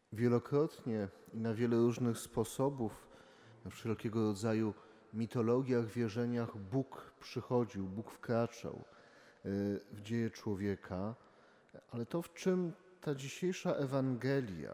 Wielokrotnie i na wiele różnych sposobów, w wszelkiego rodzaju mitologiach, wierzeniach Bóg przychodził, Bóg wkraczał w dzieje człowieka, ale to, w czym ta dzisiejsza Ewangelia,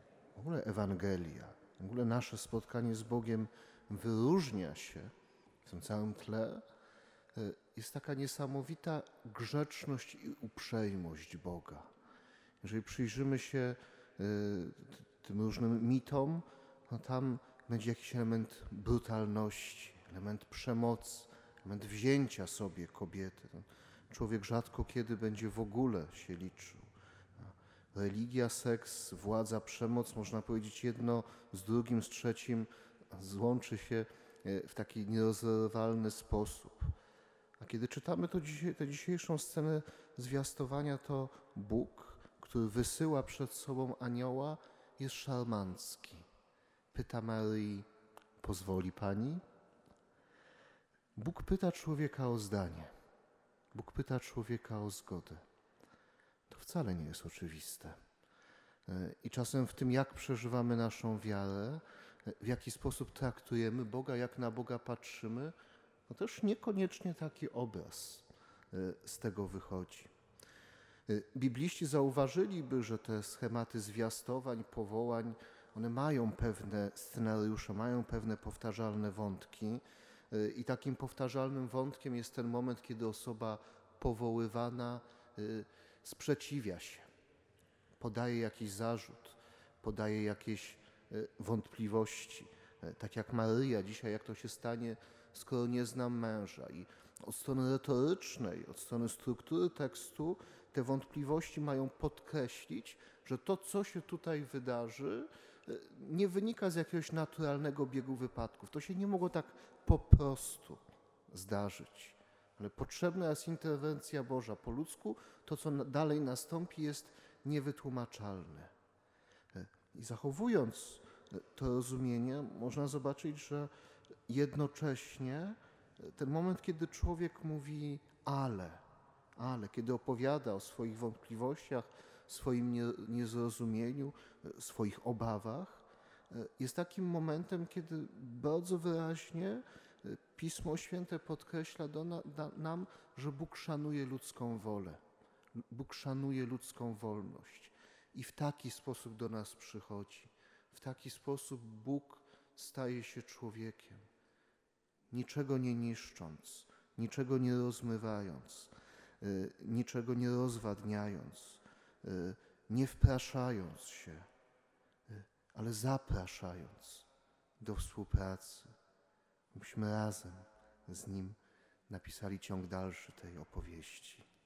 w ogóle nasze spotkanie z Bogiem wyróżnia się w tym całym tle, jest taka niesamowita grzeczność i uprzejmość Boga. Jeżeli przyjrzymy się tym różnym mitom, no tam będzie jakiś element brutalności, element przemocy, element wzięcia sobie kobiety. Człowiek rzadko kiedy będzie w ogóle się liczył. Religia, seks, władza, przemoc, można powiedzieć jedno z drugim, z trzecim, złączy się w taki nierozerwalny sposób. A kiedy czytamy tę dzisiejszą scenę zwiastowania, to Bóg, który wysyła przed sobą anioła, jest szarmancki. Pyta Maryi: pozwoli Pani? Bóg pyta człowieka o zdanie. Bóg pyta człowieka o zgodę. To wcale nie jest oczywiste. I czasem w tym, jak przeżywamy naszą wiarę, w jaki sposób traktujemy Boga, jak na Boga patrzymy, no też niekoniecznie taki obraz z tego wychodzi. Bibliści zauważyliby, że te schematy zwiastowań, powołań, one mają pewne scenariusze, mają pewne powtarzalne wątki i takim powtarzalnym wątkiem jest ten moment, kiedy osoba powoływana sprzeciwia się, podaje jakiś zarzut, podaje jakieś wątpliwości. Tak jak Maryja dzisiaj, jak to się stanie, skoro nie znam męża. I od strony retorycznej, od strony struktury tekstu te wątpliwości mają podkreślić, że to, co się tutaj wydarzy, nie wynika z jakiegoś naturalnego biegu wypadków. To się nie mogło tak po prostu zdarzyć. Ale potrzebna jest interwencja Boża. Po ludzku to, co dalej nastąpi, jest niewytłumaczalne. I zachowując to rozumienie, można zobaczyć, że jednocześnie ten moment, kiedy człowiek mówi ale, kiedy opowiada o swoich wątpliwościach, swoim niezrozumieniu, swoich obawach, jest takim momentem, kiedy bardzo wyraźnie Pismo Święte podkreśla nam, że Bóg szanuje ludzką wolę, Bóg szanuje ludzką wolność i w taki sposób do nas przychodzi. W taki sposób Bóg staje się człowiekiem, niczego nie niszcząc, niczego nie rozmywając, niczego nie rozwadniając, nie wpraszając się, ale zapraszając do współpracy, byśmy razem z Nim napisali ciąg dalszy tej opowieści.